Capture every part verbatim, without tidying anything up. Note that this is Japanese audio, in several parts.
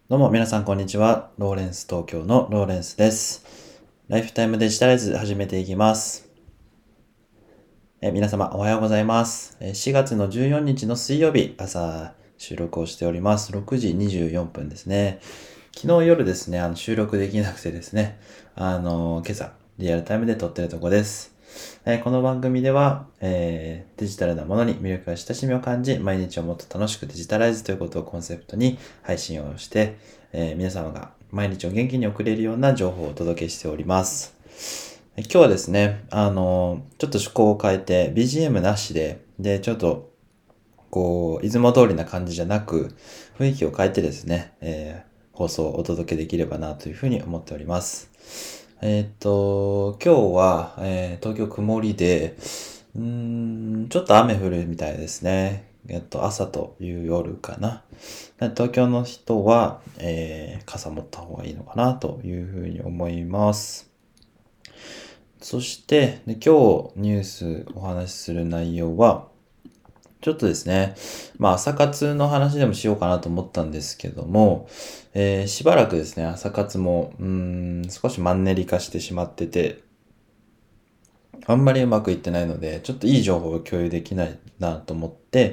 どうも皆さんこんにちは。ローレンス東京のローレンスです。ライフタイムデジタライズ始めていきます。え皆様おはようございます。えしがつのじゅうよっかの水曜日朝収録をしております。ろくじにじゅうよんぷんですね。昨日夜ですね、あの収録できなくてですね、あの今朝リアルタイムで撮ってるとこです。えーこの番組では、えーデジタルなものに魅力や親しみを感じ、毎日をもっと楽しくデジタライズということをコンセプトに配信をして、えー皆様が毎日を元気に送れるような情報をお届けしております。え今日はですね、あのちょっと趣向を変えて ビージーエム なしで、で、ちょっとこう、いつも通りな感じじゃなく、雰囲気を変えてですね、えー放送をお届けできればなというふうに思っております。えーっと、今日は、えー東京曇りで、うーん、ちょっと雨降るみたいですね。えっと、朝という夜かな。東京の人は、えー傘持った方がいいのかなというふうに思います。そして、で今日ニュースお話しする内容は、ちょっとですね、まあ朝活の話でもしようかなと思ったんですけども、えーしばらくですね、朝活も、うーん、少しマンネリ化してしまってて、あんまりうまくいってないので、ちょっといい情報を共有できないなと思って、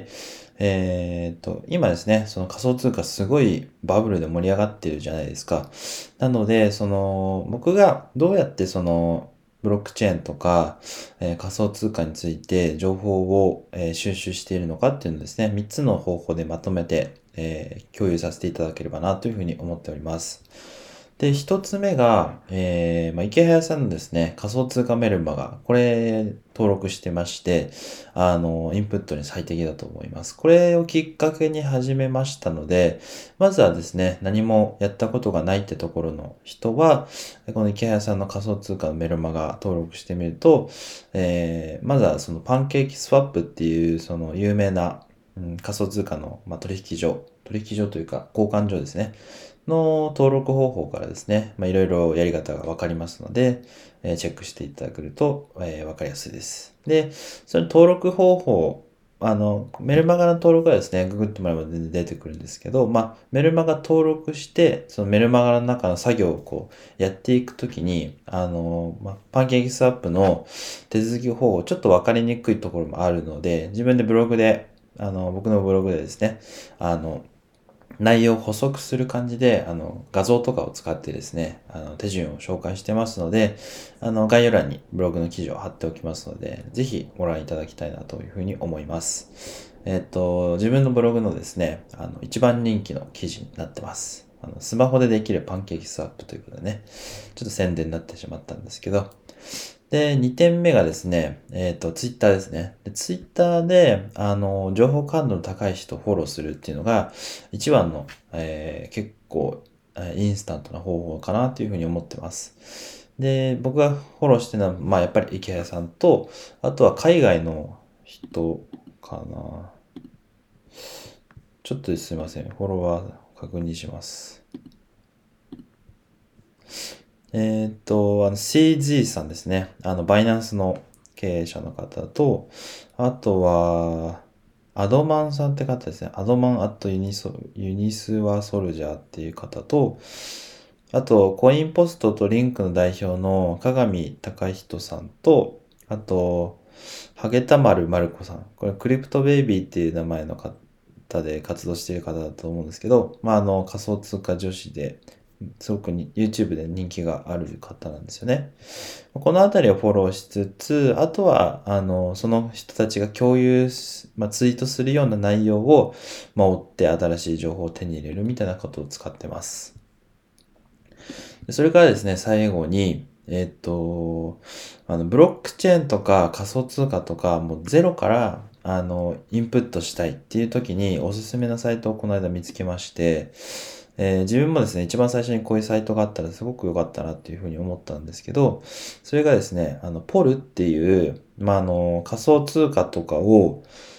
えーっと、今ですね、その仮想通貨すごいバブルで盛り上がってるじゃないですか。なので、その、僕がどうやってその、ブロックチェーンとか、えー仮想通貨について情報を、えー収集しているのかっていうのをですね、みっつの方法でまとめて、えー共有させていただければなというふうに思っております。で、一つ目が、えー、まあ、池早さんのですね、仮想通貨メルマガ、これ登録してまして、あの、インプットに最適だと思います。これをきっかけに始めましたので、まずはですね、何もやったことがないってところの人は、この池早さんの仮想通貨のメルマガ登録してみると、えー、まずはそのパンケーキスワップっていうその有名な、うん、仮想通貨の、まあ、取引所、取引所というか交換所ですね。の登録方法からですね、まあ、いろいろやり方がわかりますので、えーチェックしていただけると、えーわかりやすいです。で、その登録方法、あの、メルマガの登録はですね、ググってもらえば全然出てくるんですけど、まあ、メルマガ登録して、そのメルマガの中の作業をこう、やっていくときに、あの、まあ、パンケーキスワップの手続き方法、ちょっとわかりにくいところもあるので、自分でブログで、あの、僕のブログでですね、あの、内容を補足する感じで、あの、画像とかを使ってですね、あの、手順を紹介してますので、あの、概要欄にブログの記事を貼っておきますので、ぜひご覧いただきたいなというふうに思います。えっと、自分のブログのですね、あの、一番人気の記事になってます。あの、スマホでできるパンケーキスワップということでね、ちょっと宣伝になってしまったんですけど、で、にてんめがですね、えっと、ツイッターですね。で、ツイッターで、あの、情報感度の高い人をフォローするっていうのが、一番の、えー結構、えーインスタントな方法かなというふうに思ってます。で、僕がフォローしてるのは、まあ、やっぱり池谷さんと、あとは海外の人かな。ちょっとすいません。フォロワー確認します。えーっと、あの、シージー さんですね。あの、バイナンスの経営者の方と、あとは、アドマンさんって方ですね。アドマンアットユニソ、ユニスワソルジャーっていう方と、あと、コインポストとリンクの代表の鏡隆人さんと、あと、ハゲタマルマルコさん。これ、クリプトベイビーっていう名前の方で活動している方だと思うんですけど、まあ、あの、仮想通貨女子で、すごくに YouTube で人気がある方なんですよね。このあたりをフォローしつつ、あとは、あの、その人たちが共有す、まあ、ツイートするような内容を、まあ、追って新しい情報を手に入れるみたいなことを使ってます。でそれからですね、最後に、えっと、あの、ブロックチェーンとか仮想通貨とか、もうゼロから、あの、インプットしたいっていう時におすすめなサイトをこの間見つけまして、えー自分もですね、一番最初にこういうサイトがあったらすごく良かったなっていうふうに思ったんですけど、それがですね、あの、ポルっていう、まあ、あの、仮想通貨とかを、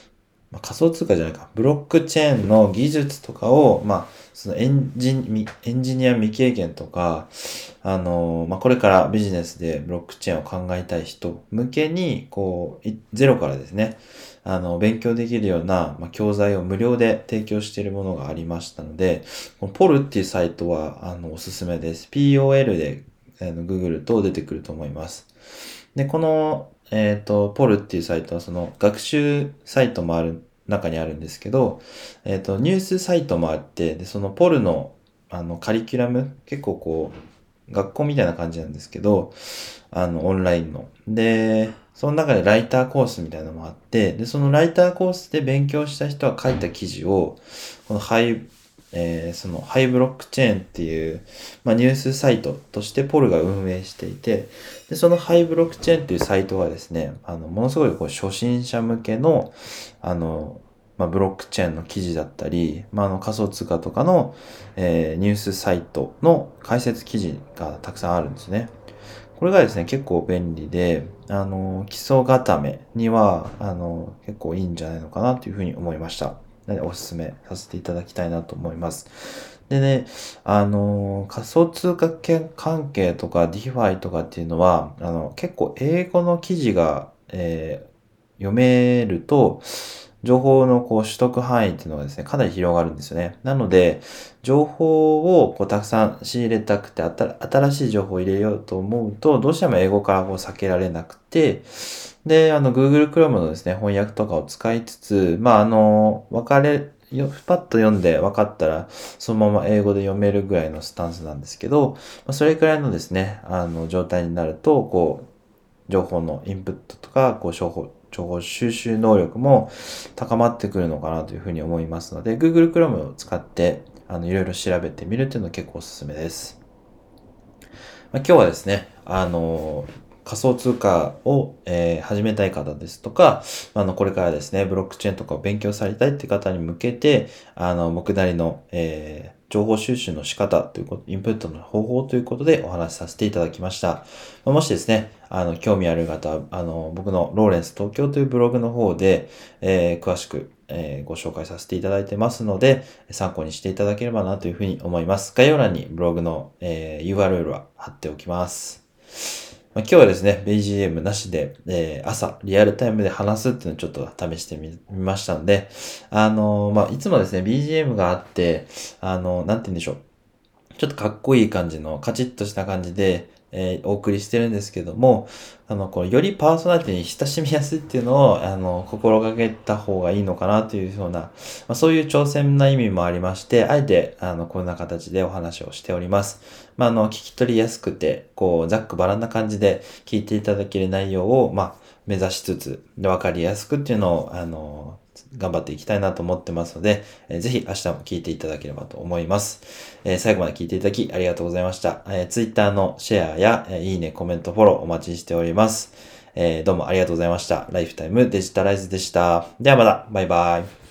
まあ、仮想通貨じゃないか、ブロックチェーンの技術とかを、まあ、そのエンジニエンジニア未経験とか、あの、まあ、これからビジネスでブロックチェーンを考えたい人向けに、こう、いゼロからですね、あの、勉強できるような、まあ、教材を無料で提供しているものがありましたので、このポルっていうサイトは、あの、おすすめです。ピーオーエル で、あの、ググると出てくると思います。で、この、えっと、ポルっていうサイトは、その、学習サイトもある、中にあるんですけど、えっと、ニュースサイトもあって、で、そのポルの、あの、カリキュラム、結構こう、学校みたいな感じなんですけど、あの、オンラインの。で、その中でライターコースみたいなのもあって、で、そのライターコースで勉強した人は書いた記事を、このハイ、えーそのハイブロックチェーンっていう、まあ、ニュースサイトとしてポルが運営していて、で、そのハイブロックチェーンっていうサイトはですね、あの、ものすごいこう初心者向けの、あの、まあ、ブロックチェーンの記事だったり、まあ、あの仮想通貨とかの、えーニュースサイトの解説記事がたくさんあるんですね。これがですね、結構便利で、あの、基礎固めには、あの、結構いいんじゃないのかなというふうに思いました。なので、お勧めさせていただきたいなと思います。でね、あの、仮想通貨関係とか DeFi とかっていうのは、あの、結構英語の記事が、えー読めると、情報のこう取得範囲っていうのがですね、かなり広がるんですよね。なので、情報をこうたくさん仕入れたくて、あた新しい情報を入れようと思うと、どうしても英語からこう避けられなくて、で、あの、Google Chrome のですね、翻訳とかを使いつつ、まあ、あの、分かれ、よパッと読んで分かったら、そのまま英語で読めるぐらいのスタンスなんですけど、まあ、それくらいのですね、あの、状態になると、こう、情報のインプットとか、こう、情報、情報収集能力も高まってくるのかなというふうに思いますので、Google Chrome を使って、あの、いろいろ調べてみるっていうのは結構おすすめです。まあ、今日はですね、あの、仮想通貨を、えー始めたい方ですとか、あの、これからですね、ブロックチェーンとかを勉強されたいって方に向けて、あの、僕なりの、えー情報収集の仕方ということ、インプットの方法ということでお話しさせていただきました。まあもしですね、あの、興味ある方は、あの、僕のローレンス東京というブログの方で、えー詳しく、えーご紹介させていただいてますので、参考にしていただければなというふうに思います。概要欄にブログの、えー ユーアールエル は貼っておきます。まあ、今日はですね、ビージーエム なしで、えー朝、リアルタイムで話すっていうのをちょっと試してみましたので、あのーまあ、いつもですね、ビージーエム があって、あのーなんて言うんでしょう。ちょっとかっこいい感じの、カチッとした感じで、えーお送りしてるんですけども、あの、こう、よりパーソナリティに親しみやすいっていうのを、あの、心がけた方がいいのかなというような、まあ、そういう挑戦な意味もありまして、あえて、あの、こんな形でお話をしております。まあ、あの、聞き取りやすくて、こう、ざっくばらんな感じで聞いていただける内容を、まあ、目指しつつ、で、わかりやすくっていうのを、あの、頑張っていきたいなと思ってますので、えーぜひ明日も聞いていただければと思います。えー最後まで聞いていただきありがとうございました。えー、Twitter のシェアや、えーいいね、コメント、フォローお待ちしております。えーどうもありがとうございました。ライフタイムデジタライズでした。ではまた、バイバイ。